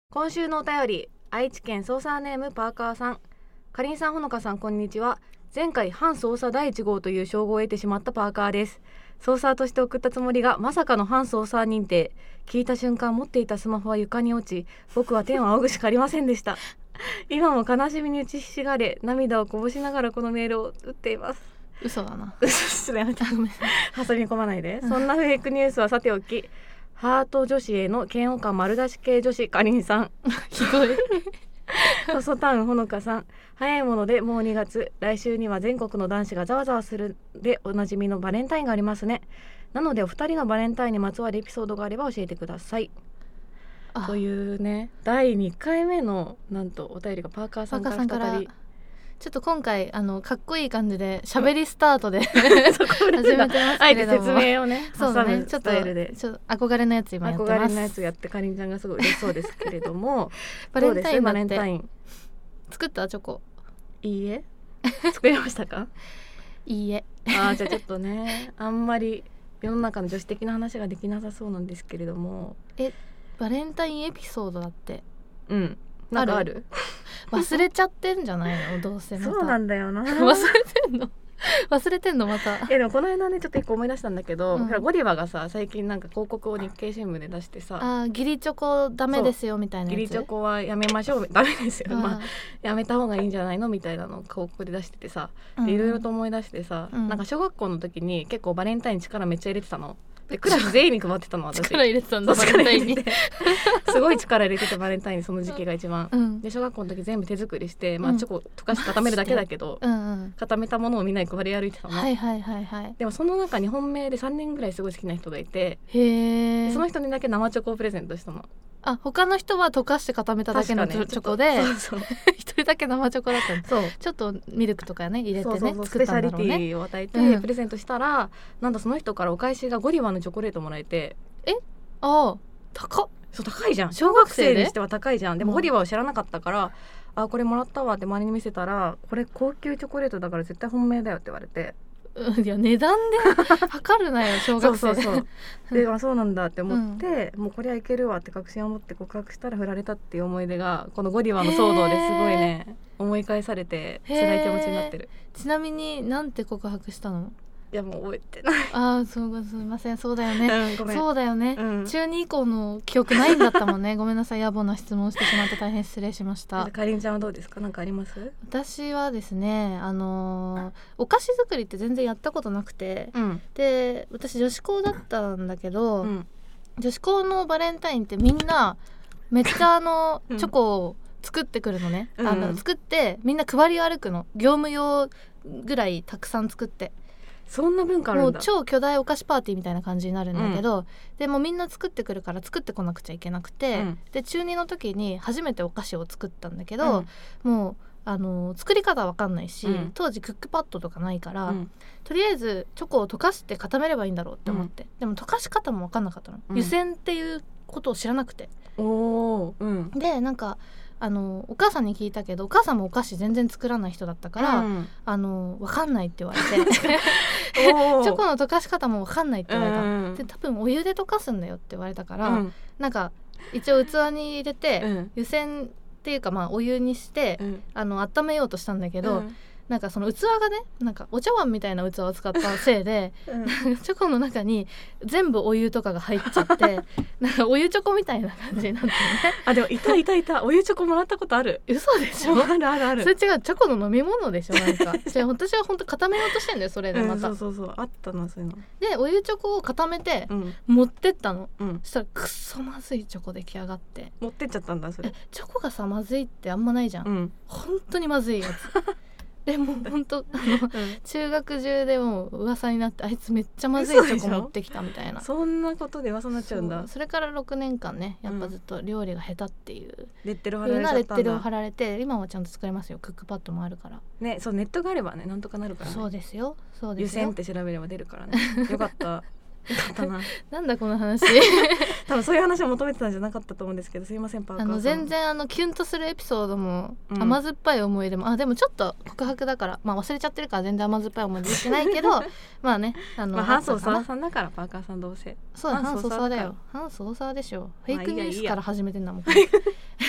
今週のお便り、愛知県操作ネームパーカーさん。かりんさん、ほのかさん、こんにちは。前回反操作第1号という称号を得てしまったパーカーです。操作として送ったつもりがまさかの反操作認定。聞いた瞬間持っていたスマホは床に落ち、僕は天を仰ぐしかありませんでした。今も悲しみに打ちひしがれ、涙をこぼしながらこのメールを打っています。 嘘だな。 ちょっとやめて、ごめん、挟み込まないで。そんなフェイクニュースはさておき、ハート女子への嫌悪感丸出し系女子かりんさん。 ひどい。 トソタウンほのかさん。早いものでもう2月、来週には全国の男子がざわざわするでおなじみのバレンタインがありますね。なのでお二人のバレンタインにまつわるエピソードがあれば教えてください。というね、第2回目のなんとお便りがパーカーさんから再び。 ちょっと今回かっこいい感じで喋りスタートで始めてますけれども、 あえて説明をねそうだね、ちょっと憧れのやつ今やってます。 憧れのやつやってかりんちゃんがすごい嬉しそうですけれどもバレンタインバレンタイン作ったチョコ。 いいえ作りましたか？ いいえ。 じゃあちょっとねあんまり世の中の女子的な話ができなさそうなんですけれども、 バレンタインエピソードだってなんかある？ 忘れちゃってんじゃないの？どうせまた。 そうなんだよな。 忘れてんのまた。 でもこの間ねちょっと一個思い出したんだけど、ゴディバがさ最近なんか広告を日経新聞で出してさ、 義理チョコダメですよみたいなやつ。 義理チョコはやめましょう、ダメですよ、やめた方がいいんじゃないのみたいなのを広告で出しててさ、いろいろと思い出してさ、なんか小学校の時に結構バレンタイン力めっちゃ入れてたので、クラス全員に配ってたの私。 力入れてたんだバレンタインに。 すごい力入れててバレンタインにその時期が一番、で小学校の時全部手作りして、チョコ溶かして固めるだけだけど、固めたものをみんなに配り歩いてたの。でもその中に本命で3人ぐらいすごい好きな人がいて、その人にだけ生チョコをプレゼントしたの。 他の人は溶かして固めただけのチョコで、一人だけ生チョコだったんです。ちょっとミルクとかね入れてね作ったんだろうね。スペシャリティを与えてプレゼントしたら、なんだその人からお返しがゴディバのチョコレートもらえて、高いじゃん、小学生にしては高いじゃん。でもゴディバを知らなかったから、これもらったわって周りに見せたら、これ高級チョコレートだから絶対本命だよって言われて、 いや値段で測るなよ小学生。 でそうなんだって思って、もうこれはいけるわって確信を持って告白したら振られたっていう思い出がこのゴディバの騒動ですごいね思い返されて辛い気持ちになってる。 ちなみになんて告白したの？ いやもう覚えてない。 すみません。そうだよね、そうだよね、中2以降の記憶ないんだったもんね。ごめんなさい、野暮な質問してしまって大変失礼しました。 かりんちゃんはどうですか？なんかあります？ 私はですね、お菓子作りって全然やったことなくて、で私女子校だったんだけど、女子校のバレンタインってみんなめっちゃチョコを作ってくるのね、作ってみんな配り歩くの。業務用ぐらいたくさん作って、 そんな文化あるんだ。 もう超巨大お菓子パーティーみたいな感じになるんだけど、でもみんな作ってくるから作ってこなくちゃいけなくて、で中2の時に初めてお菓子を作ったんだけど、もう作り方わかんないし、当時クックパッドとかないから、とりあえずチョコを溶かして固めればいいんだろうって思って、でも溶かし方もわかんなかったの、湯煎っていうことを知らなくて、でなんかお母さんに聞いたけど、お母さんもお菓子全然作らない人だったから、分かんないって言われてチョコの溶かし方も分かんないって言われた、で多分お湯で溶かすんだよって言われたから、なんか一応器に入れて、湯煎っていうかお湯にして、温めようとしたんだけど、なんかその器がね、なんかお茶碗みたいな器を使ったせいで、チョコの中に全部お湯とかが入っちゃってなんかお湯チョコみたいな感じになってね。 でもいたお湯チョコもらったことある。 嘘でしょ？ ある。 それ違う、チョコの飲み物でしょ。なんか私は本当固めようとしてんだよ、それでまた。 そうあったなそういうのでお湯チョコを固めて、持ってったの、そしたらくっそまずいチョコ出来上がって。 持ってっちゃったんだそれ。 チョコがさまずいってあんまないじゃん、本当にまずいやつでも本当中学中でも噂になって、あいつめっちゃまずいチョコ持ってきたみたいな。 そんなことで噂になっちゃうんだ。 それから6年間ね、やっぱずっと料理が下手っていうレッテルを貼られて、今はちゃんと作れますよ。クックパッドもあるからね。そうネットがあればねなんとかなるからね。 そうですよ。 湯煎って調べれば出るからね。よかったなんだこの話多分そういう話を求めてたんじゃなかったと思うんですけど、すいませんパーカーさん。 全然キュンとするエピソードも、甘酸っぱい思い出もでもちょっと告白だから、忘れちゃってるから全然甘酸っぱい思い出してないけどまあねハンソーサーさんだから、パーカーさんどうせそうだ、ハンソーサーだよ。ハンソーサーでしょ。フェイクニュースから始めてんだもん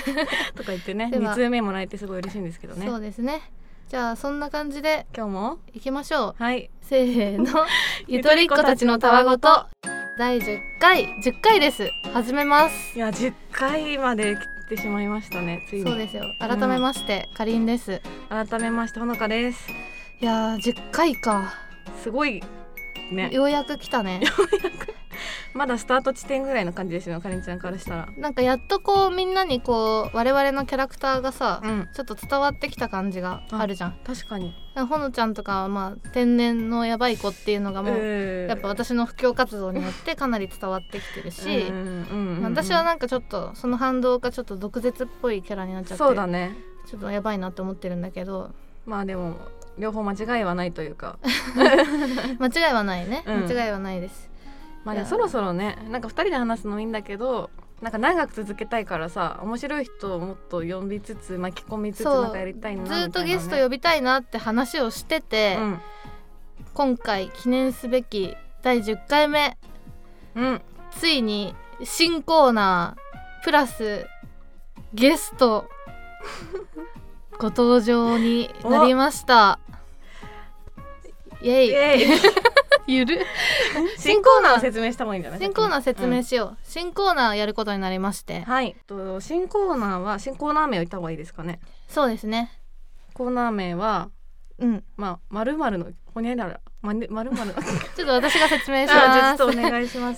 とか言ってねでは 2通目もらえてすごい嬉しいんですけどね。 そうですね。じゃあそんな感じで今日もいきましょう。 はいせーのゆとりっ子たちのたわごと第10回です。始めます。 いや10回まで来てしまいましたね。ついにそうですよ。改めまして、かりんです。 改めましてほのかです。 いやー10回か、 すごいね。 ようやく来たね。 まだスタート地点ぐらいの感じですよ、かりんちゃんからしたら。 なんかやっとこうみんなにこう我々のキャラクターがさ、ちょっと伝わってきた感じがあるじゃん。 確かにほのちゃんとかはまあ天然のやばい子っていうのがもうやっぱ私の布教活動によってかなり伝わってきてるし、私はなんかちょっとその反動がちょっと毒舌っぽいキャラになっちゃって、 そうだね、 ちょっとやばいなって思ってるんだけど、 まあでも両方間違いはないというか間違いはないね、間違いはないです。 まあでもそろそろね、なんか2人で話すのもいいんだけど、なんか長く続けたいからさ、面白い人をもっと呼びつつ巻き込みつつなんかやりたいなみたいな、ね、 ずっとゲスト呼びたいなって話をしてて、今回記念すべき第10回目、ついに新コーナープラスゲストご登場になりました。イエイゆる新コーナーを説明した方がいいんじゃない？ 新コーナー説明しよう、新コーナーやることになりまして、 はい、新コーナーは新コーナー名を言った方がいいですかね。 そうですね。 コーナー名はまあ〇〇のほにゃらら〇〇ちょっと私が説明します。 ちょっとお願いします。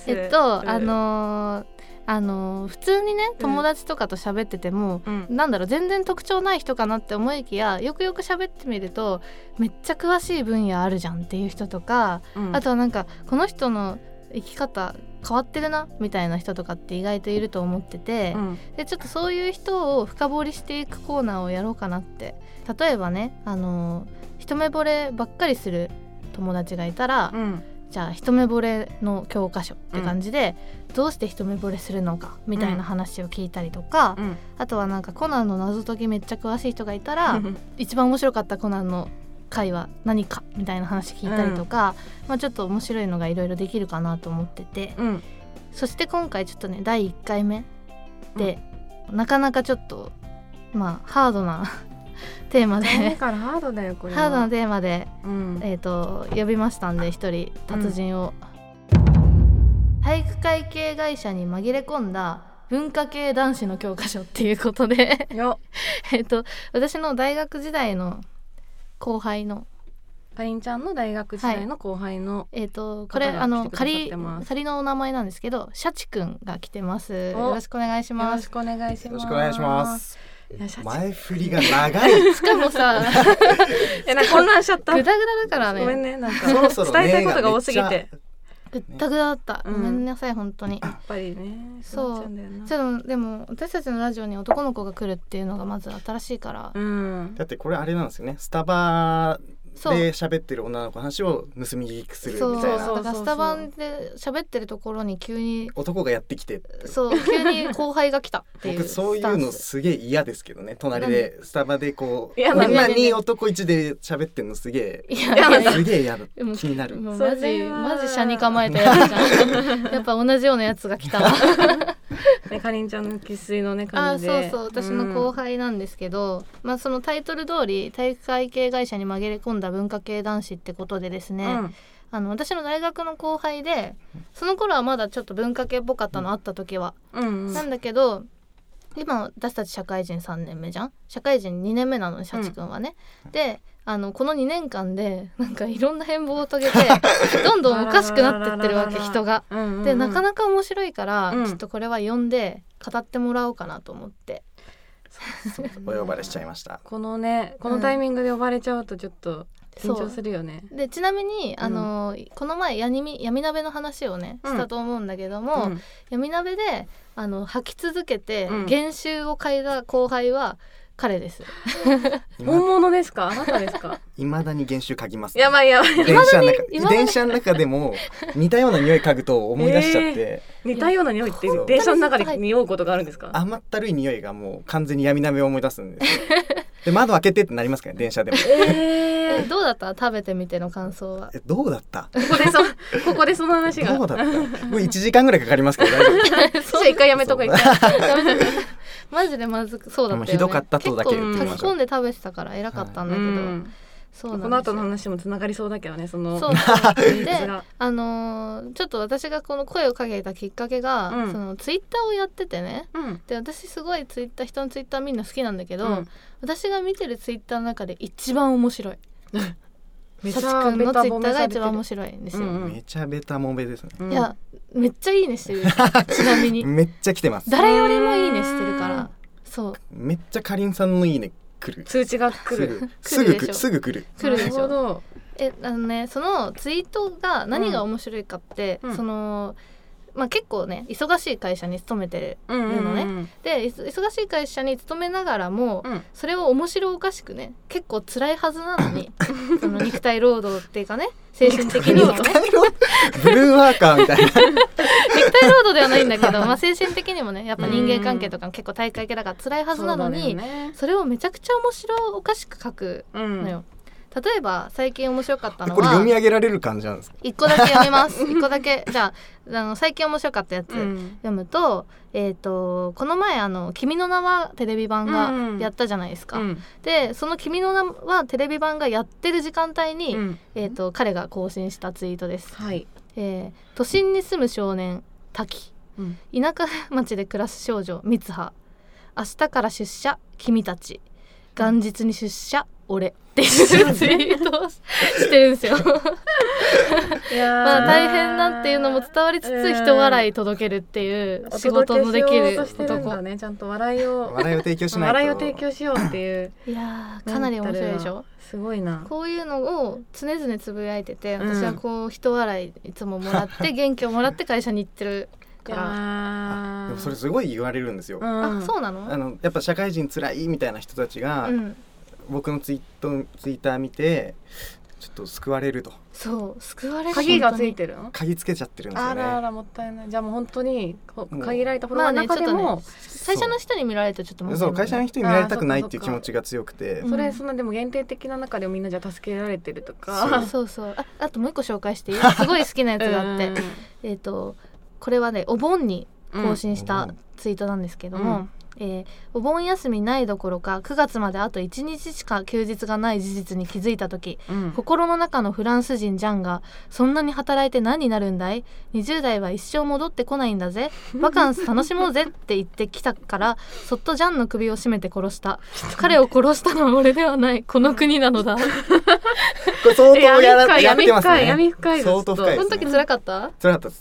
普通にね友達とかと喋ってても、なんだろう、全然特徴ない人かなって思いきや、よくよく喋ってみるとめっちゃ詳しい分野あるじゃんっていう人とか、あとはなんかこの人の生き方変わってるなみたいな人とかって意外といると思ってて、でちょっとそういう人を深掘りしていくコーナーをやろうかなって。例えばね、一目惚ればっかりする友達がいたら、じゃあ一目惚れの教科書って感じで、どうして一目惚れするのかみたいな話を聞いたりとか、あとはなんかコナンの謎解きめっちゃ詳しい人がいたら一番面白かったコナンの回は何かみたいな話聞いたりとか、ちょっと面白いのがいろいろできるかなと思ってて、そして今回ちょっとね第1回目で、なかなかちょっとハードなテーマでハードだよこれは。 ハードなテーマで、呼びましたんで、一人達人を、体育会系会社に紛れ込んだ文化系男子の教科書っていうことで私の大学時代の後輩のかりんちゃんの大学時代の後輩の、 これ仮のお名前なんですけど、シャチくんが来てます。よろしくお願いします。 よろしくお願いします。 よろしくお願いします。前振りが長い。 しかもさ混乱しちゃった。 グダグダだからね。 ごめんね、なんかそろそろ伝えたいことが多すぎてぐったぐだだった、ごめんなさい本当に。 やっぱりね、 そうでも私たちのラジオに男の子が来るっていうのがまず新しいから、 だってこれあれなんですよね、スタバで喋ってる女の子の話を盗み聞きするみたいな。 だからスタバで喋ってるところに急に男がやってきて、 急に後輩が来たっていう僕そういうのすげえ嫌ですけどね。隣でスタバでこう女に男一で喋ってんのすげえ嫌だ、気になる。 マジ車に構えたやつじゃんやっぱ同じようなやつが来たわかりんちゃんの生粋のね感じで、 そう私の後輩なんですけど、そのタイトル通り体育会系会社に紛れ込んだ文化系男子ってことでですね、私の大学の後輩で、その頃はまだちょっと文化系っぽかったの、あった時は、なんだけど今私たち社会人3年目じゃん。社会人2年目なのにシャチ君はね、でこの2年間でなんかいろんな変貌を遂げてどんどんおかしくなってってるわけ人が。でなかなか面白いから、ちょっとこれは呼んで語ってもらおうかなと思ってお呼ばれしちゃいました。 このタイミングで呼ばれちゃうとちょっと緊張するよね。 でちなみにこの前闇鍋の話をねしたと思うんだけども、闇鍋で吐き続けて減収を嗅いだ後輩は彼です。 本物ですか？あなたですか？ 未だに減収嗅ぎます、 やばい電車の中でも似たような匂い嗅ぐと思い出しちゃって、 似たような匂いって電車の中で匂うことがあるんですか？ 甘ったるい匂いがもう完全に闇鍋を思い出すんですよで窓開けてってなりますかね、電車でも。 どうだった？食べてみての感想は。 どうだった？ ここでその話がどうだった？もう1時間ぐらいかかりますけど大丈夫？ じゃあ一回やめとこう。 マジでまずそうだったよね。 ひどかったとだけ言ってみましょう。 結構書き込んで食べてたから偉かったんだけど、そうなんですよ。 この後の話もつながりそうだけどね、そのそうでちょっと私がこの声をかけたきっかけが、そのツイッターをやっててね、で私すごい人のツイッターみんな好きなんだけど、私が見てるツイッターの中で一番面白いシャチくんのツイッターが一番面白いんですよ。 めちゃベタもめですね。 いやめっちゃいいねしてるちなみにめっちゃ来てます。 誰よりもいいねしてるから。そうめっちゃかりんさんのいいね来る。 通知が来る。 すぐ来る。 来るでしょ。そのツイートが何が面白いかって、その結構ね忙しい会社に勤めてるのね、で忙しい会社に勤めながらも、それを面白おかしくね結構辛いはずなのにその肉体労働っていうかね精神的にもねブルーワーカーみたいな肉体労働ではないんだけど、精神的にもねやっぱ人間関係とか結構体育会系だから辛いはずなのに、それをめちゃくちゃ面白おかしく書くのよ。例えば最近面白かったのは、 これ読み上げられる感じなんですか。 1個だけ読みます1個だけじゃあ最近面白かったやつ、読むと、この前君の名はテレビ版がやったじゃないですか、でその君の名はテレビ版がやってる時間帯に、彼が更新したツイートです、都心に住む少年滝、田舎町で暮らす少女三葉、明日から出社君たち、元日に出社俺っていうツイートをしてるんですよいや大変だっていうのも伝わりつつ人笑い届けるっていう仕事のできる男、 ちゃんと笑いを提供しないと笑いを提供しようっていういやかなり面白いでしょ。 すごいな。 こういうのを常々つぶやいてて、私はこう人笑いいつももらって元気をもらって会社に行ってるから。 でもそれすごい言われるんですよ。 あ、そうなの？ やっぱ社会人つらいみたいな人たちが、僕のツイッター見てちょっと救われると。 そう救われる。 鍵がついてるの？ 鍵つけちゃってるんですよね。 あらもったいない。じゃあもう本当に限られたフォロワーの中でも、 会社の人に見られるとちょっとそう会社の人に見られたくないっていう気持ちが強くて、 そんなでも限定的な中でもみんなじゃ助けられてるとか。 そうあともう一個紹介していい？すごい好きなやつがあってこれはねお盆に更新したツイートなんですけども、お盆休みないどころか9月まであと1日しか休日がない事実に気づいた時、心の中のフランス人ジャンがそんなに働いて何になるんだい、20代は一生戻ってこないんだぜ、バカンス楽しもうぜって言ってきたからそっとジャンの首を絞めて殺した。彼を殺したのは俺ではない、この国なのだ。これ相当やってますね。 闇深い。 相当深いですね。 この時辛かった？ 辛かったです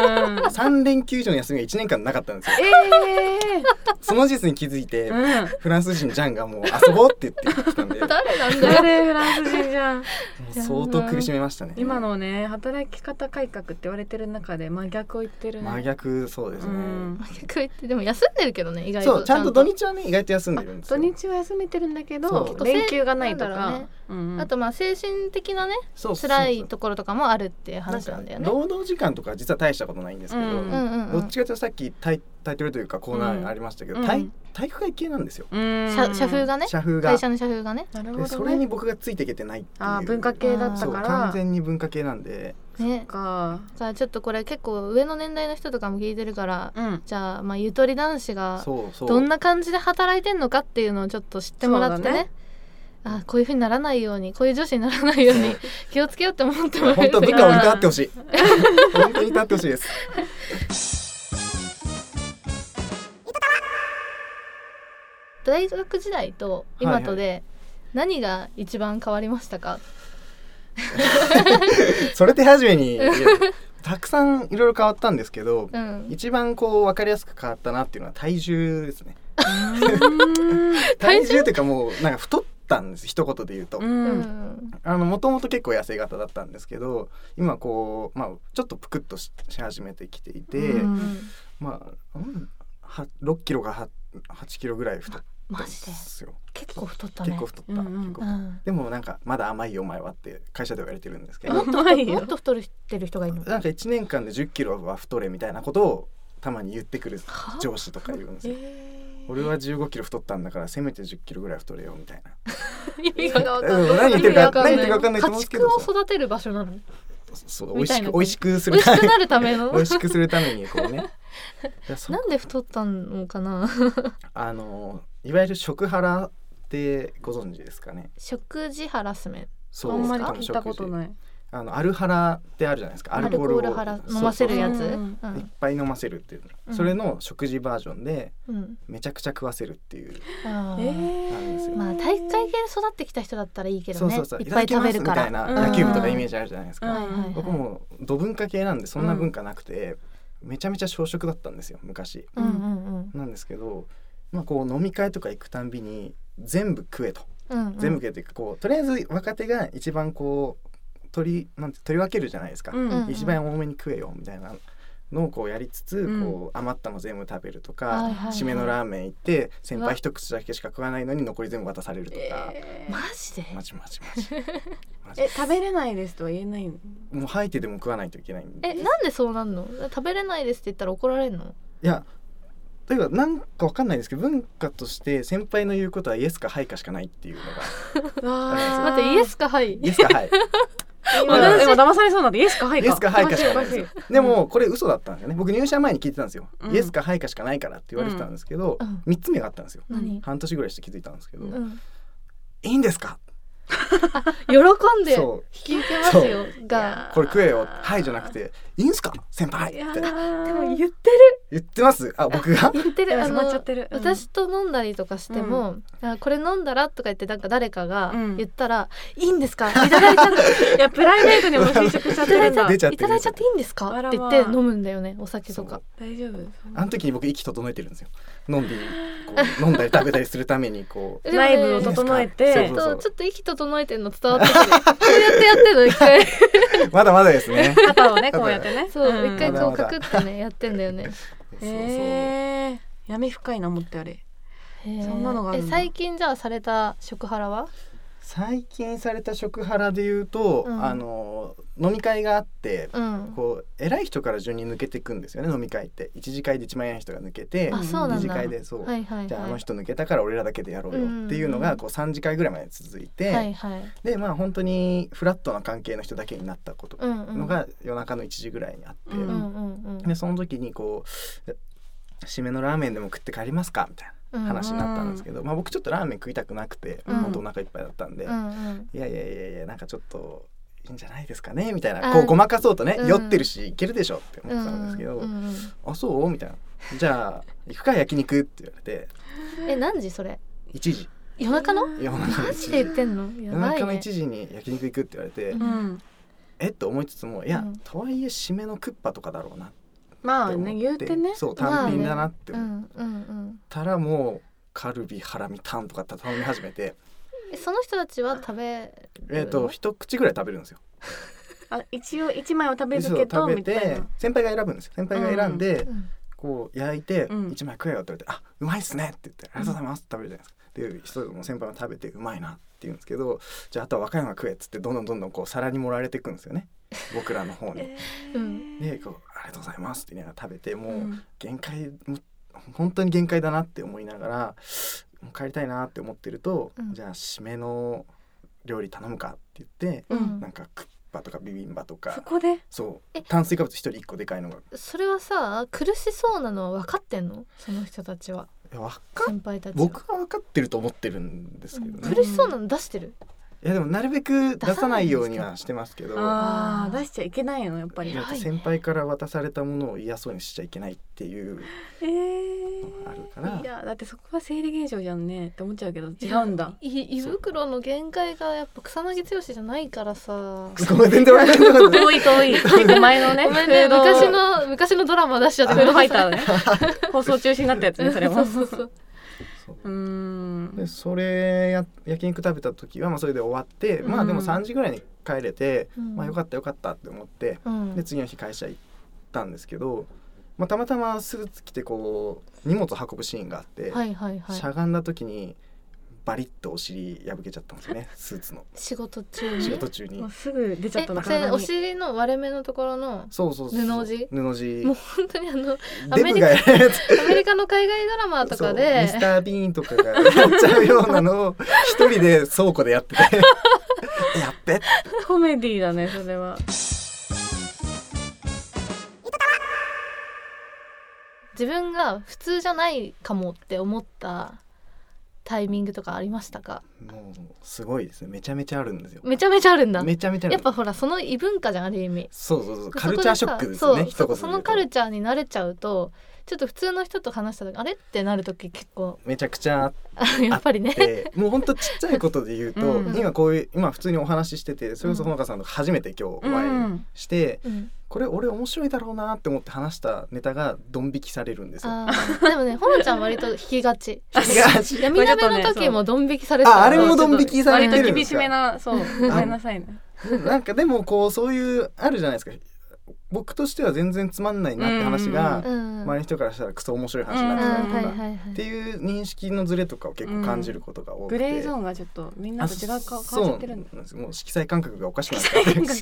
。3連休以上の休みが1年間なかったんですよ。その事実に気づいて、フランス人ジャンがもう遊ぼうって言ってきたんで誰なんだよフランス人ジャン相当苦しめましたね。 今のね働き方改革って言われてる中で真逆を言ってるね。 真逆、そうですね。 真逆言ってでも休んでるけどね、意外とそうちゃんと土日はね意外と休んでるんですよ。 土日は休めてるんだけど連休がないとか、 あと精神的なね辛いところとかもあるっていう話なんだよね。 労働時間とか実は大したことないんですけど、どっちかというとさっきタイトルというかコーナーありましたけど、体育会系なんですよ。 社風がね、会社の社風がね。 でそれに僕がついていけてないっていう。 文化系だったから完全に文化系なんでね。ちょっとこれ結構上の年代の人とかも聞いてるから、じゃあゆとり男子がどんな感じで働いてんのかっていうのをちょっと知ってもらってね。こういう風にならないように、こういう女子にならないように気をつけようって思ってもらえると。 本当部下をいたってほしい。本当にいたってほしいです。 大学時代と今とで何が一番変わりましたか？ それ手始めにたくさんいろいろ変わったんですけど、一番分かりやすく変わったなっていうのは体重ですね。体重っていうかもうなんか太ったんです、一言で言うと。もともと結構痩せ型だったんですけど、今ちょっとぷくっと し始めてきていて、6キロが8キロぐらい太ったんですよ。 結構太ったね。 結構太った。でもなんかまだ甘いよお前はって会社では言われてるんですけど、 もっと太ってる人がいるの？ なんか1年間で10キロは太れみたいなことをたまに言ってくる上司とかいるんですよ。俺は15キロ太ったんだからせめて10キロぐらい太れよみたいな。 意味が分かんない。 何言ってるか分かんないと思うんですけど。 家畜を育てる場所なの？ そう美味しくするため美味しくなるための美味しくするためにこうねなんで太ったのかないわゆる食ハラってご存知ですかね。 食事ハラスメント。 そうあんまり聞いたことない。 アルハラってあるじゃないですか。 アルコールハラ飲ませるやつ、 いっぱい飲ませるっていう、それの食事バージョンで、めちゃくちゃ食わせるっていうなんですよ。 まあ体育会系で育ってきた人だったらいいけどね、 そういっぱい食べるからみたいな野球部とかイメージあるじゃないですか。僕も土文化系なんでそんな文化なくて、めちゃめちゃ小食だったんですよ昔。なんですけど、まあこう飲み会とか行くたんびに全部食えと、全部食えっていうか、こうとりあえず若手が一番こう取り分けるじゃないですか、一番多めに食えよみたいなのをこうやりつつ、こう余ったの全部食べるとか、締めのラーメン行って先輩一口だけしか食わないのに残り全部渡されるとか、 マジでマジ食べれないですとは言えないの？ もう吐いてでも食わないといけないんで。 なんでそうなんの？食べれないですって言ったら怒られるの？ いや、というかなんかわかんないですけど、文化として先輩の言うことはイエスかハイかしかないっていうのが待って、イエスかハイ？ イエスかハイ今騙されそうなんでイエスかハイか。 イエスかハイかしかないですよ。でもこれ嘘だったんですよね。僕入社前に聞いてたんですよ、イエスかハイかしかないからって言われてたんですけど、3つ目があったんですよ。半年ぐらいして気づいたんですけど、いいんですか、 喜んで引き受けますよが、 これ食えよ、はいじゃなくていいんすか先輩って。でも言ってます。僕が言ってる。私と飲んだりとかしても、これ飲んだらとか言ってなんか誰かが言ったら、いいんですか、いただいちゃって、 いやプライベートにも侵食しちゃってるんだ。 いただいちゃっていいんですかって言って飲むんだよね、お酒とか。 大丈夫？ あの時に僕息整えてるんですよ。飲んだり食べたりするためにこう内部を整えて、 ちょっと息整えてるの伝わってきて、こうやってやってるの一回まだまだですね。 肩をねこうやってね、 そう一回こうかくってねやってんだよね。 闇深いな思ってあれ。そんなのがあるんだ。 最近じゃあされた食ハラは？ 最近された食ハラで言うと、飲み会があって、こう偉い人から順に抜けていくんですよね。飲み会って1次会で一番偉い人が抜けて、2次会でじゃあの人抜けたから俺らだけでやろうよっていうのがこう3次会ぐらいまで続いて、でまあ本当にフラットな関係の人だけになったことのが夜中の1時ぐらいにあって、でその時にこう締めのラーメンでも食って帰りますかみたいな話になったんですけど、僕ちょっとラーメン食いたくなくて、本当お腹いっぱいだったんで、いやなんかちょっといいんじゃないですかねみたいな、こうごまかそうとね、酔ってるしいけるでしょって思ってたんですけど、あそうみたいな、じゃあ行くか焼肉って言われて。 何時それ ？1時。 夜中の？ 夜中の1時。 マジで言ってんの？ 夜中の1時に焼肉行くって言われて、と思いつつも、いや、とはいえ締めのクッパとかだろうなまあね言うてね、 そう単品だなって思ったら、もうカルビハラミタンとか頼み始めて。 その人たちは食べ一口ぐらい食べるんですよ。 一応1枚は食べるけどみたいな。 先輩が選ぶんですよ。先輩が選んで、こう焼いて1枚食えよって言われて、うまいっすねって言って、ありがとうございますって食べるじゃないですか。で一人の先輩も食べてうまいなって言うんですけど、じゃああとは和歌山食えっつってどんどんこう皿に盛られていくんですよね、僕らの方に。でこうありがとうございますって言いながら食べて、もう限界、本当に限界だなって思いながら、もう帰りたいなって思ってると、じゃあ締めの料理頼むかって言って、なんかクッパとかビビンバとか、 そこでそう炭水化物1人1個でかいのが。 それはさ、苦しそうなのは分かってんの？その人たちは。先輩たちは。僕は分かってると思ってるんですけどね。 苦しそうなの出してる？ いやでもなるべく出さないようにはしてますけど。 出しちゃいけないのやっぱり。 先輩から渡されたものを嫌そうにしちゃいけないっていうのがあるから。 いやだってそこは生理現象じゃんねって思っちゃうけど、違うんだ。 胃袋の限界がやっぱ草薙剛じゃないからさ。 全然分かんない。 遠い結構前のね。 ごめんね、昔のドラマ出しちゃって。 フードファイターね。放送中止になったやつね、それも。 そうでそれ焼肉食べた時はそれで終わって、でも3時ぐらいに帰れて、よかったって思って、で次の日会社行ったんですけど、たまたまスーツ着てこう荷物運ぶシーンがあって、しゃがんだ時にバリッとお尻破けちゃったんですよね、スーツの。 仕事中にもうすぐ出ちゃったの。 お尻の割れ目のところの布地もう本当にアメリカの海外ドラマとかでミスター・ビーンとかがやっちゃうようなのを一人で倉庫でやっててやっべコメディーだねそれは。 自分が普通じゃないかもって思ったタイミングとかありましたか？ もうすごいですね。めちゃめちゃあるんですよ。 めちゃめちゃあるんだ。 めちゃめちゃある。 やっぱほらその異文化じゃん、ある意味。 そうカルチャーショックですね。 そのカルチャーに慣れちゃうとちょっと普通の人と話した時あれってなる時結構めちゃくちゃやっぱりねもうほんとちっちゃいことで言うと今普通にお話ししてて、それこそほのかさんと初めて今日お会いして、これ俺面白いだろうなって思って話したネタがドン引きされるんですよ。 でもね、ほのちゃん割と引きがち闇鍋の時もドン引きされてた。 あれもドン引きされてるんですか？ 割と厳しめな、そうごめんなさいね。 なんかでもこうそういうあるじゃないですか。僕としては全然つまんないなって話が周りの人からしたらクソ面白い話になってたりとかっていう認識のズレとかを結構感じることが多くて、 グレーゾーンがちょっとみんなと違う変わっちゃってるんです。 もう色彩感覚がおかしくなっちゃって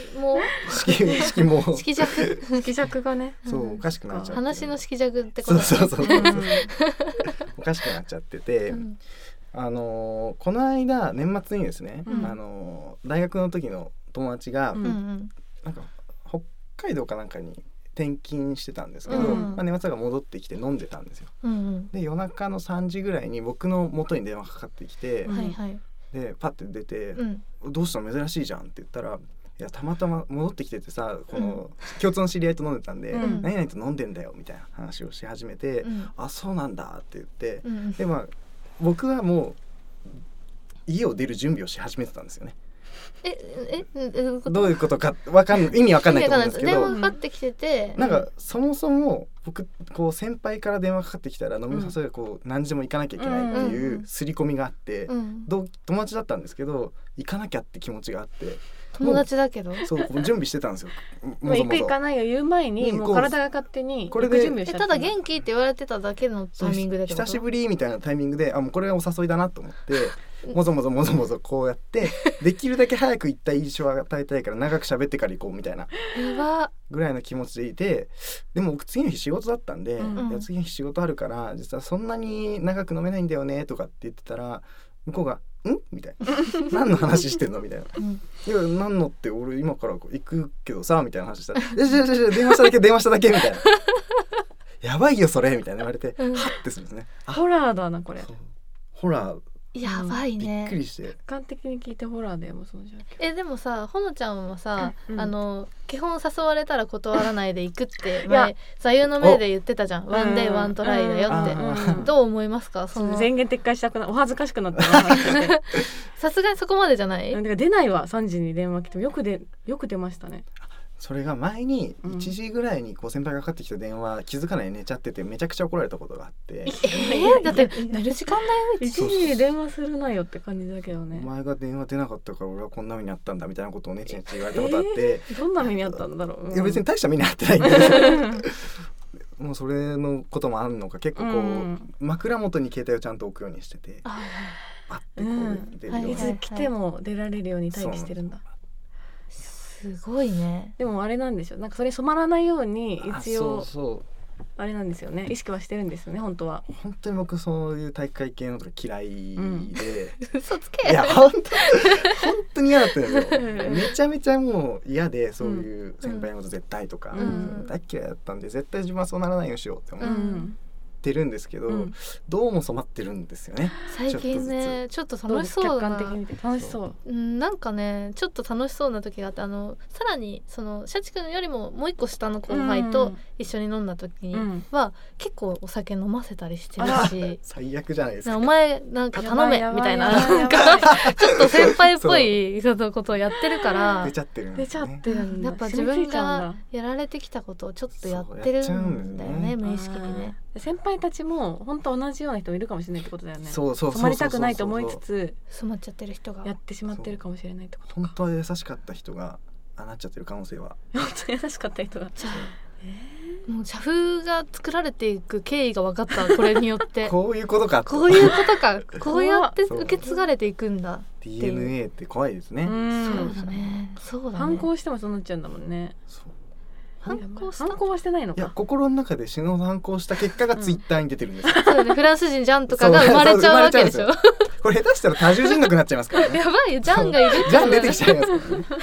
色弱がね、 そうおかしくなっちゃって、 話の色弱ってこと。 そうおかしくなっちゃってて、この間年末にですね、大学の時の友達がなんか北海道かなんかに転勤してたんですけど、年末が戻ってきて飲んでたんですよ。で夜中の3時ぐらいに僕の元に電話かかってきて、でパッて出て、どうしたの珍しいじゃんって言ったら、いやたまたま戻ってきててさ、この共通の知り合いと飲んでたんで、何々と飲んでんだよみたいな話をし始めて、あそうなんだって言って、で僕はもう家を出る準備をし始めてたんですよね。どういうことか意味わかんないと思うんですけど、 電話かかってきてて、 なんかそもそも僕こう先輩から電話かかってきたら飲み誘いがこう何時でも行かなきゃいけないっていう刷り込みがあって、友達だったんですけど行かなきゃって気持ちがあって、 友達だけどそう準備してたんですよ。 行く行かないを言う前にもう体が勝手にこれで準備をしちゃった。 ただ元気って言われてただけのタイミングで久しぶりみたいなタイミングで、もうこれはお誘いだなと思ってもぞもぞこうやってできるだけ早く行った印象を与えたいから長く喋ってから行こうみたいなぐらいの気持ちでいて、でも僕次の日仕事だったんで、いや次の日仕事あるから実はそんなに長く飲めないんだよねとかって言ってたら、向こうがんみたいな何の話してんのみたいな、いや何のって俺今から行くけどさみたいな話したら電話しただけみたいなやばいよそれみたいな言われて、はってするんですね。 ホラーだなこれ。 ホラーやばいね。 びっくりして。 客観的に聞いてホラーだよもうその状況。 でもさ、ほのちゃんはさ、基本誘われたら断らないで行くって座右の銘で言ってたじゃん。ワンデーワントライだよって。どう思いますか？その前言撤回したくなお恥ずかしくなってさすがにそこまでじゃない？ 出ないわ。3時に電話来てもよく出ましたね。 それが前に1時ぐらいにこう先輩がかかってきた電話気づかないで寝ちゃっててめちゃくちゃ怒られたことがあって、 だって寝る時間だよ。 1時に電話するなよって感じだけどね。 お前が電話出なかったから俺はこんな目にあったんだみたいなことをねちねち言われたことあって、 どんな目にあったんだろう。 いや別に大した目にあってないんだけどもうそれのこともあるのか結構こう、枕元に携帯をちゃんと置くようにしてて、パッてこう出るように、 いつ来ても出られるように待機してるんだ。 すごいね。 でもあれなんでしょう、なんかそれ染まらないように一応あれなんですよね、意識はしてるんですよね本当は。 本当に僕そういう体育会系のとか嫌いで、 嘘つけ。 いや本当に嫌だったんですよめちゃめちゃもう嫌で、そういう先輩のこと絶対とか、大嫌いだったんで絶対自分はそうならないようにしようって思ってるんですけど、どうも染まってるんですよね最近ね。ちょっと楽しそうだな。 客観的に見て楽しそう。 なんかねちょっと楽しそうな時があって、さらにそのシャチ君よりももう一個下の後輩と一緒に飲んだ時には、結構お酒飲ませたりしてるし、 最悪じゃないですか。 お前なんか頼めみたいな、なんかちょっと先輩っぽいことをやってるから出ちゃってるんですね。 やっぱ自分がやられてきたことをちょっとやってるんだよね、無意識にね。 先輩たちも本当同じような人もいるかもしれないってことだよね。 そう染まりたくないと思いつつ染まっちゃってる人がやってしまってるかもしれないってことか。 本当は優しかった人がなっちゃってる可能性は。 本当に優しかった人がもう社風が作られていく経緯が分かったこれによってこういうことかこういうことかこうやって受け継がれていくんだっていう。 DNA って怖いですね。 そうだね。 反抗してもそうなっちゃうんだもんね。反抗はしてないのか。 いや心の中で死の反抗した結果がツイッターに出てるんですよ。 そうだね、フランス人ジャンとかが生まれちゃうわけでしょ。 これ下手したら多重人格になっちゃいますからね。 やばいよ、ジャンがいるって。 ジャン出てきちゃいますからね。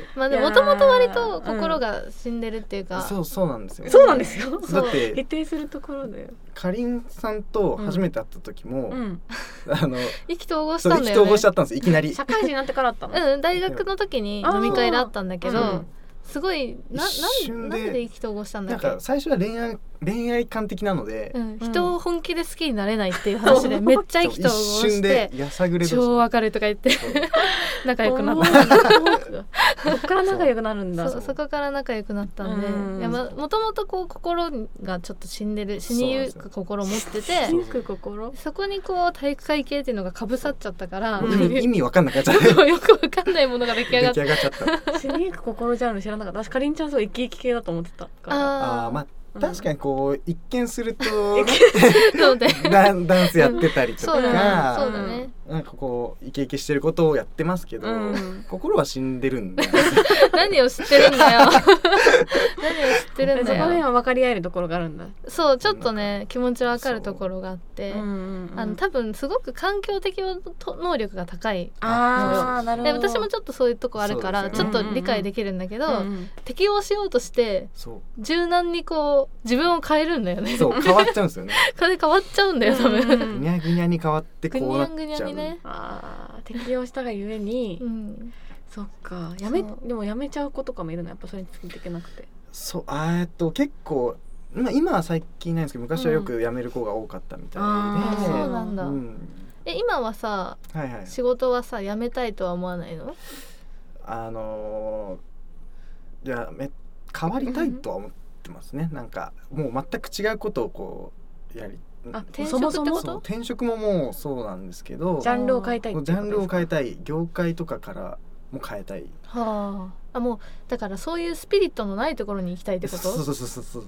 まあでももともと割と心が死んでるっていうか、 そうなんですよ。 そうなんですよ。 だって否定するところだよ。 かりんさんと初めて会った時も、 意気投合したんだよね。 意気投合しちゃったんですいきなり。 社会人になってからあったの？ 大学の時に飲み会で会ったんだけど、すごいなんで意気投合したんだっけ。 なんか最初は恋愛観的なので、 人を本気で好きになれないっていう話でめっちゃ意気投合して一瞬でやさぐれ超わかるとか言って仲良くなった。 そこから仲良くなるんだ。 そこから仲良くなったんで、もともとこう心がちょっと死にゆく心を持ってて、そこにこう体育会系っていうのがかぶさっちゃったから、 意味わかんなくなっちゃった。 よくわかんないものが出来上がっちゃった。 死にゆく心ジャンル知らなかった。私かりんちゃんそう生き生き系だと思ってたから。 まあ確かにこう一見するとダンスやってたりとか、 そうだね、 なんかこうイケイケしてることをやってますけど、心は死んでるんだよ。 何を知ってるんだよ。何を知ってるんだよ。 そこでは分かり合えるところがあるんだ。 そう、ちょっとね気持ち分かるところがあって、多分すごく環境適応能力が高い。 なるほど。 で私もちょっとそういうとこあるからちょっと理解できるんだけど、適応しようとして柔軟にこう自分を変えるんだよね。 そう変わっちゃうんですよね。 変わっちゃうんだよ多分。 ぐにゃぐにゃに変わってこうなっちゃう。 適応したがゆえに、そっかでもやめちゃう子とかもいるのやっぱそれについていけなくて。 そう結構今は最近ないんですけど昔はよくやめる子が多かったみたいで。 そうなんだ。今はさ仕事はさ辞めたいとは思わないの？ 変わりたいとは思ってますね。なんかもう全く違うことをこうやり。 転職ってこと？ 転職ももうそうなんですけど、 ジャンルを変えたい。 ジャンルを変えたい、業界とかからも変えたい。 もうだからそういうスピリットのないところに行きたいってこと？ そう。でも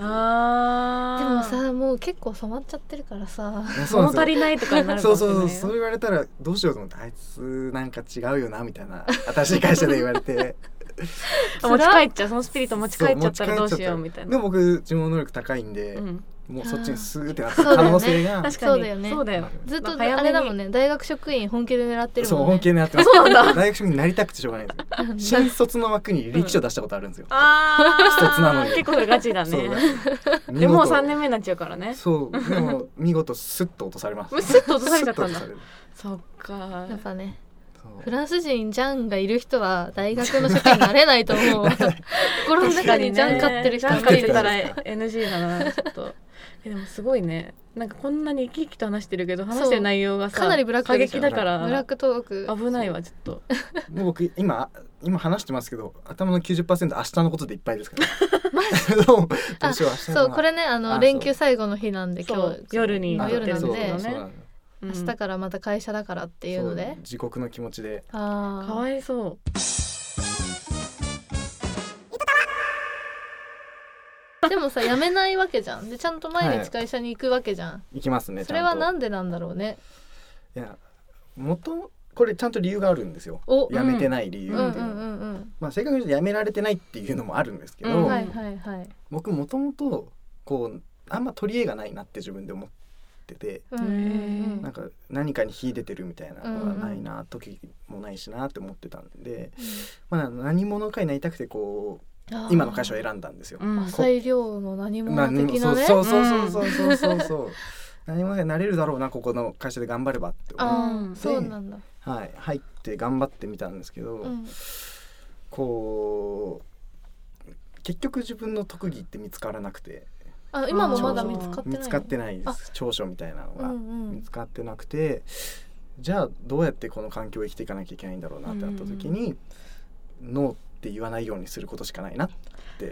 さもう結構染まっちゃってるからさ、 物足りないとかになるかもしれない。 そう言われたらどうしようと思って、あいつなんか違うよなみたいな新しい会社で言われて持ち帰っちゃう、そのスピリット持ち帰っちゃったらどうしようみたいな。 でも僕自分の能力高いんで、もうそっちにスーってなった可能性が。 そうだよね。ずっとあれだもんね。大学職員本気で狙ってるもんね。 そう本気で狙ってます。大学職員になりたくてしょうがないんですよ。新卒の枠に履歴書出したことあるんですよ。一つなのに。 結構ガチだね。でもう3年目になっちゃうからね。 そうでも見事スッと落とされます。 スッと落とされちゃったんだ。そっか。 やっぱね。フランス人ジャンがいる人は大学の職員になれないと思う。心の中にジャン飼ってる人がいたら NG だなちょっと。でもすごいね。なんかこんなに生き生きと話してるけど話してる内容がさかなりブラック過激だからブラックトーク危ないわちょっと。 もう僕今話してますけど頭の 90% 明日のことでいっぱいですから。どうしよう明日。 そうこれね連休最後の日なんで今日夜なんで明日からまた会社だからっていうので自国の気持ちで。 かわいそう。 でもさ辞めないわけじゃん。でちゃんと毎日会社に行くわけじゃん。 行きますね。 それはなんでなんだろうね。 いやこれちゃんと理由があるんですよ。辞めてない理由っていうの。まあ正確に言うと辞められてないっていうのもあるんですけど、僕もともとこうあんま取り柄がないなって自分で思ってて、なんか何かに秀でてるみたいなのがないな、時もないしなって思ってたんで、まあ何者かになりたくてこう今の会社を選んだんですよ。 裁量の何者的なね。 そう何者かになれるだろうなここの会社で頑張ればって思って、 そうなんだ。 入って頑張ってみたんですけど、こう結局自分の特技って見つからなくて。 今もまだ見つかってないです。長所みたいなのが見つかってなくて、じゃあどうやってこの環境を生きていかなきゃいけないんだろうなってなった時に、ノーって言わないようにすることしかないなって。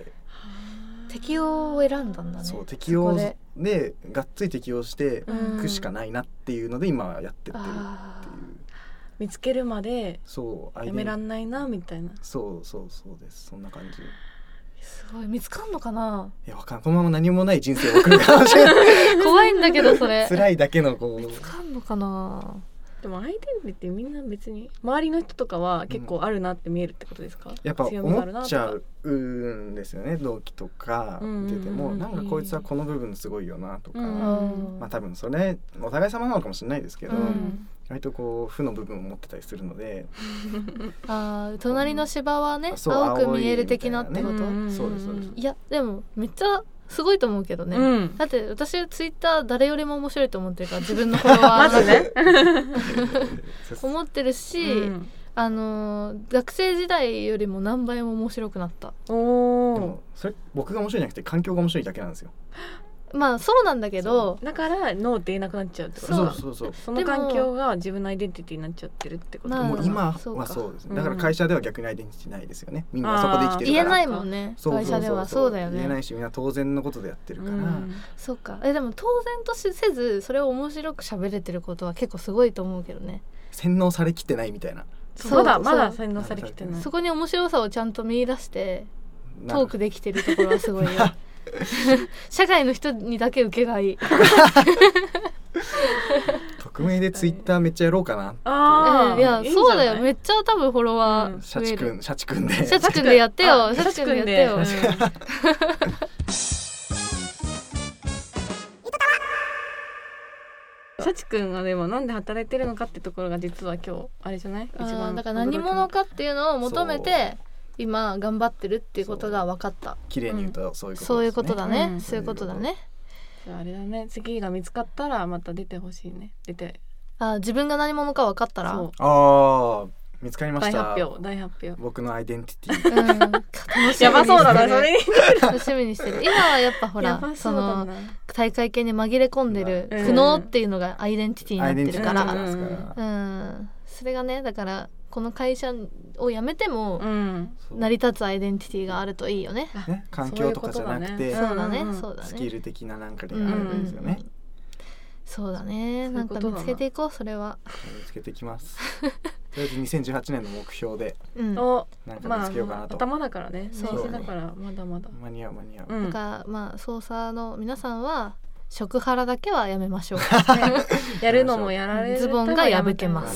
適応を選んだんだね。 そう適応でがっつり適応していくしかないなっていうので今やってってるっていう。 見つけるまでやめらんないなみたいな。 そうですそんな感じ。 すごい見つかんのかな。 いやわかんない。このまま何もない人生を送るかもしれない怖いんだけどそれ辛いだけの見つかんのかな。 でもアイデンティティみんな別に周りの人とかは結構あるなって見えるってことですか。 やっぱ思っちゃうんですよね。同期とか見ててもなんかこいつはこの部分すごいよなとか、まあ多分それお互い様なのかもしれないですけど、 割とこう負の部分を持ってたりするので隣の芝はね青く見える的なってこと、 そうですそうです。 いやでもめっちゃすごいと思うけどね、だって私ツイッター誰よりも面白いと思ってるから自分のフォロワーまずね思ってるし、学生時代よりも何倍も面白くなった。 でもそれ僕が面白いんじゃなくて環境が面白いだけなんですよ。 まあそうなんだけどだからノーって言えなくなっちゃうってこと。 そうその環境が自分のアイデンティティになっちゃってるってこと。 もう今はそうですね。だから会社では逆にアイデンティティないですよね。みんなそこで生きてるから言えないもんね。会社ではそうだよね。 言えないしみんな当然のことでやってるから、 そうか。でも当然とせずそれを面白く喋れてることは結構すごいと思うけどね。 洗脳されきってないみたいな。 まだ洗脳されきってない。 そこに面白さをちゃんと見出してトークできてるところはすごいよ。社会の人にだけ受けがいい。 匿名でツイッターめっちゃやろうかな。 いやそうだよ。めっちゃ多分フォロワー増える。 シャチくんでやってよ。シャチくんでやってよ。 シャチくんがでもなんで働いてるのかってところが実は今日あれじゃない？一番だから何者かっていうのを求めて今頑張ってるっていうことが分かった。 綺麗に言うとそういうことですね。 そういうことだね。そういうことだね。 じゃああれだね。次が見つかったらまた出てほしいね。出て。 自分が何者か分かったら。 見つかりました。 大発表。 僕のアイデンティティ。 やばそうだなそれ。 楽しみにしてる。今はやっぱほらその大会系に紛れ込んでる苦悩っていうのがアイデンティティになってるから、それがねだからこの会社を辞めても成り立つアイデンティティがあるといいよね。 環境とかじゃなくて、 そうだね。 スキル的ななんかであるんですよね。 そうだね。なんか見つけていこう。それは見つけていきます。とりあえず2018年の目標でなんか見つけようかなと。 頭だからね。そうだからまだまだ間に合う。 なんかまあ捜査の皆さんは食ハラだけはやめましょう。 やるのもやられる。 ズボンが破けます。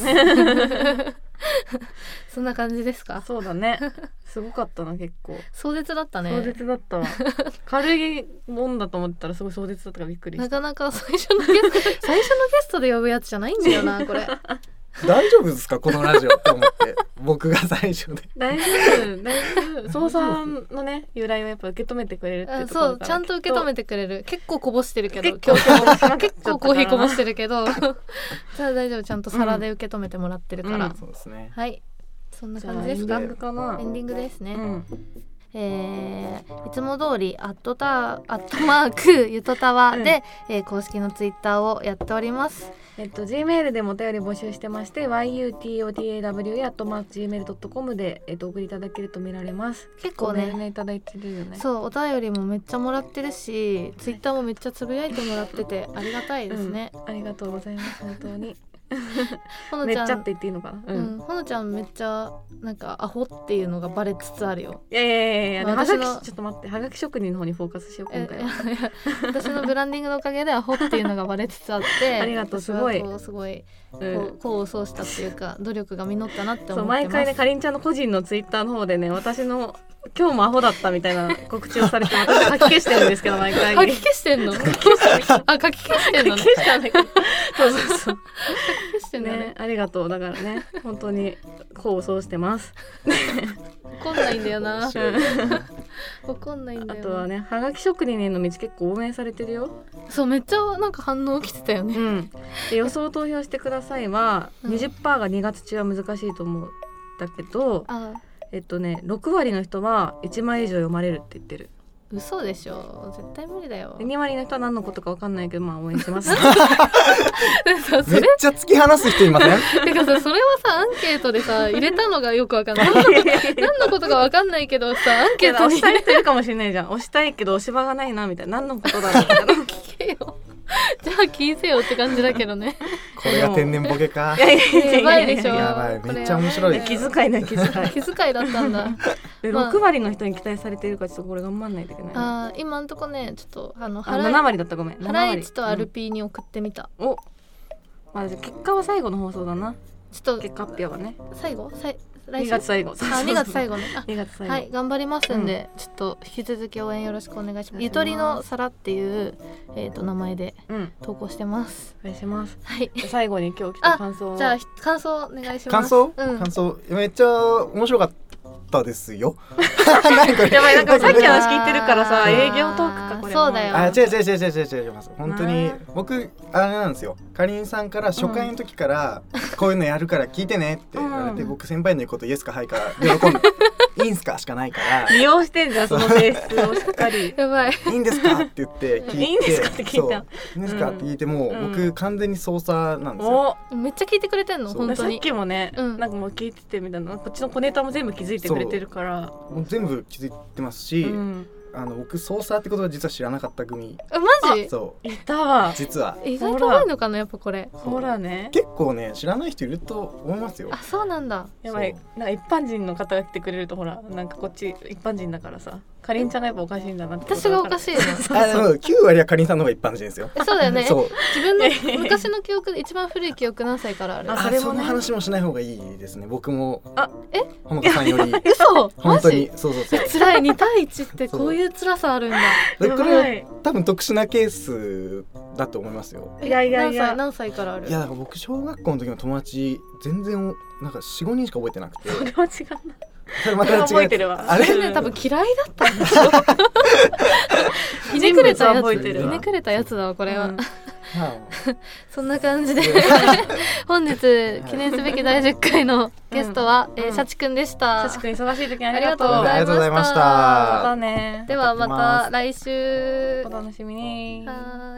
そんな感じですか？ そうだね。すごかったな結構。 壮絶だったね。 壮絶だったわ。軽いもんだと思ったらすごい壮絶だったからびっくりした。 なかなか最初のゲストで呼ぶやつじゃないんだよなこれ。 大丈夫ですかこのラジオって思って僕が最初で大丈夫捜査のね由来をやっぱ受け止めてくれるっていうところそうちゃんと受け止めてくれる。結構こぼしてるけど今日結構コーヒーこぼしてるけどじゃあ大丈夫。ちゃんと皿で受け止めてもらってるから、 そうですね。 はいそんな感じですか。エンディングですね。いつも通りアットマークゆとたわで、公式のツイッターをやっております。 Gmail でもお便り募集してまして yutotaw@gmail.com で、お送りいただけると見られます。 結構ねいただいてるよね。 そうお便りもめっちゃもらってるしツイッターもめっちゃつぶやいてもらっててありがたいですね、 ありがとうございます本当に。 ほのちゃんめっちゃって言っていいのかな。 ほのちゃんめっちゃなんかアホっていうのがバレつつあるよ。 いや私のちょっと待ってはがき職人の方にフォーカスしよう今回は。 私のブランディングのおかげでアホっていうのがバレつつあってありがとうすごい功を奏したっていうか努力が実ったなって思ってます。そう毎回ねかりんちゃんの個人のツイッターの方でね私の今日もアホだったみたいな告知をされて私書き消してるんですけど毎回書き消してんの？書き消してんのね。 書き消したんだけどそう書き消してんだね。 ありがとうだからね本当に功を奏してます。 怒んないんだよな。怒んないんだよ。 あとはねはがき職人への道結構応援されてるよ。 そうめっちゃなんか反応来てたよね。 で予想投票してくださいは 20% が2月中は難しいと思うんだけど6割の人は1枚以上読まれるって言ってる。 嘘でしょ絶対無理だよ。 2割の人は何のことか分かんないけどまあ応援します。 めっちゃ突き放す人いません？ てかさそれはさアンケートでさ入れたのがよく分かんない。何のことか分かんないけどさアンケートに押したい人いるかもしれないじゃん。押したいけど押し場がないなみたいな何のことだろうみたいな。 聞けよ。じゃあ聞いてよって感じだけどね。 これが天然ボケか。 やばいでしょ。 やばいめっちゃ面白い。 気遣いだ気遣いだったんだ。 6割の人に期待されてるからちょっとこれ頑張んないといけない。 今んとこねちょっと 7割だったごめん。 ハライチとアルピーに送ってみた。 まあ結果は最後の放送だな。 ちょっと結果発表はね。 最後 2月最後。 2月最後ね。 2月最後。 はい、頑張りますんで、ちょっと引き続き応援よろしくお願いします。ゆとりの皿っていう名前で投稿してます。 お願いします。 はい。 最後に今日来た感想。 じゃあ感想お願いします。 感想めっちゃ面白かったですよ。 やばい、なんかさっき話聞いてるからさ、営業トークかこれ。 そうだよ。 違います。本当に僕あれなんですよ。かりんさんから初回の時からこういうのやるから聞いてねって言われて、僕先輩の言うことイエスかはいか喜んでいいんすかしかないから利用してんじゃん、その性質をしっかり。 やばい。 いいんですかって言って聞いて、 いいんですかって聞いた。 いいんですかって聞いても僕完全に操作なんですよ。 めっちゃ聞いてくれてんの本当に。 さっきもね、なんかもう聞いててみたいな、こっちの小ネタも全部気づいてくれてるから。 もう全部気づいてますし、僕操作ってことは実は知らなかった組。 マジ？ そういたわ。 実は意外と多いのかな、やっぱこれ。 ほらね、 結構ね知らない人いると思いますよ。 あ、そうなんだ。 やばい、なんか一般人の方が来てくれるとほら、なんかこっち一般人だからさ、かりんちゃんがやっぱおかしいんだなって。 私がおかしいの。 9割はかりんさんの方が一般人ですよ。 そうだよね。自分の昔の記憶、一番古い記憶何歳からある？ その話もしない方がいいですね。僕もほのかさんより嘘。 本当にそう。 辛い。2対1ってこういう辛さあるんだ。 これ多分特殊なケースだと思いますよ。 いや何歳からある？ いやだから僕小学校の時の友達全然なんか 4,5 人しか覚えてなくて。 それは違うな。 それまた覚えてるわ。 あれね、多分嫌いだったんでしょ。ひねくれたやつだわこれは。そんな感じで本日記念すべき第10回のゲストはシャチくんでした。 シャチくん忙しい時にありがとうございました。 またね。 ではまた来週お楽しみに。 はい。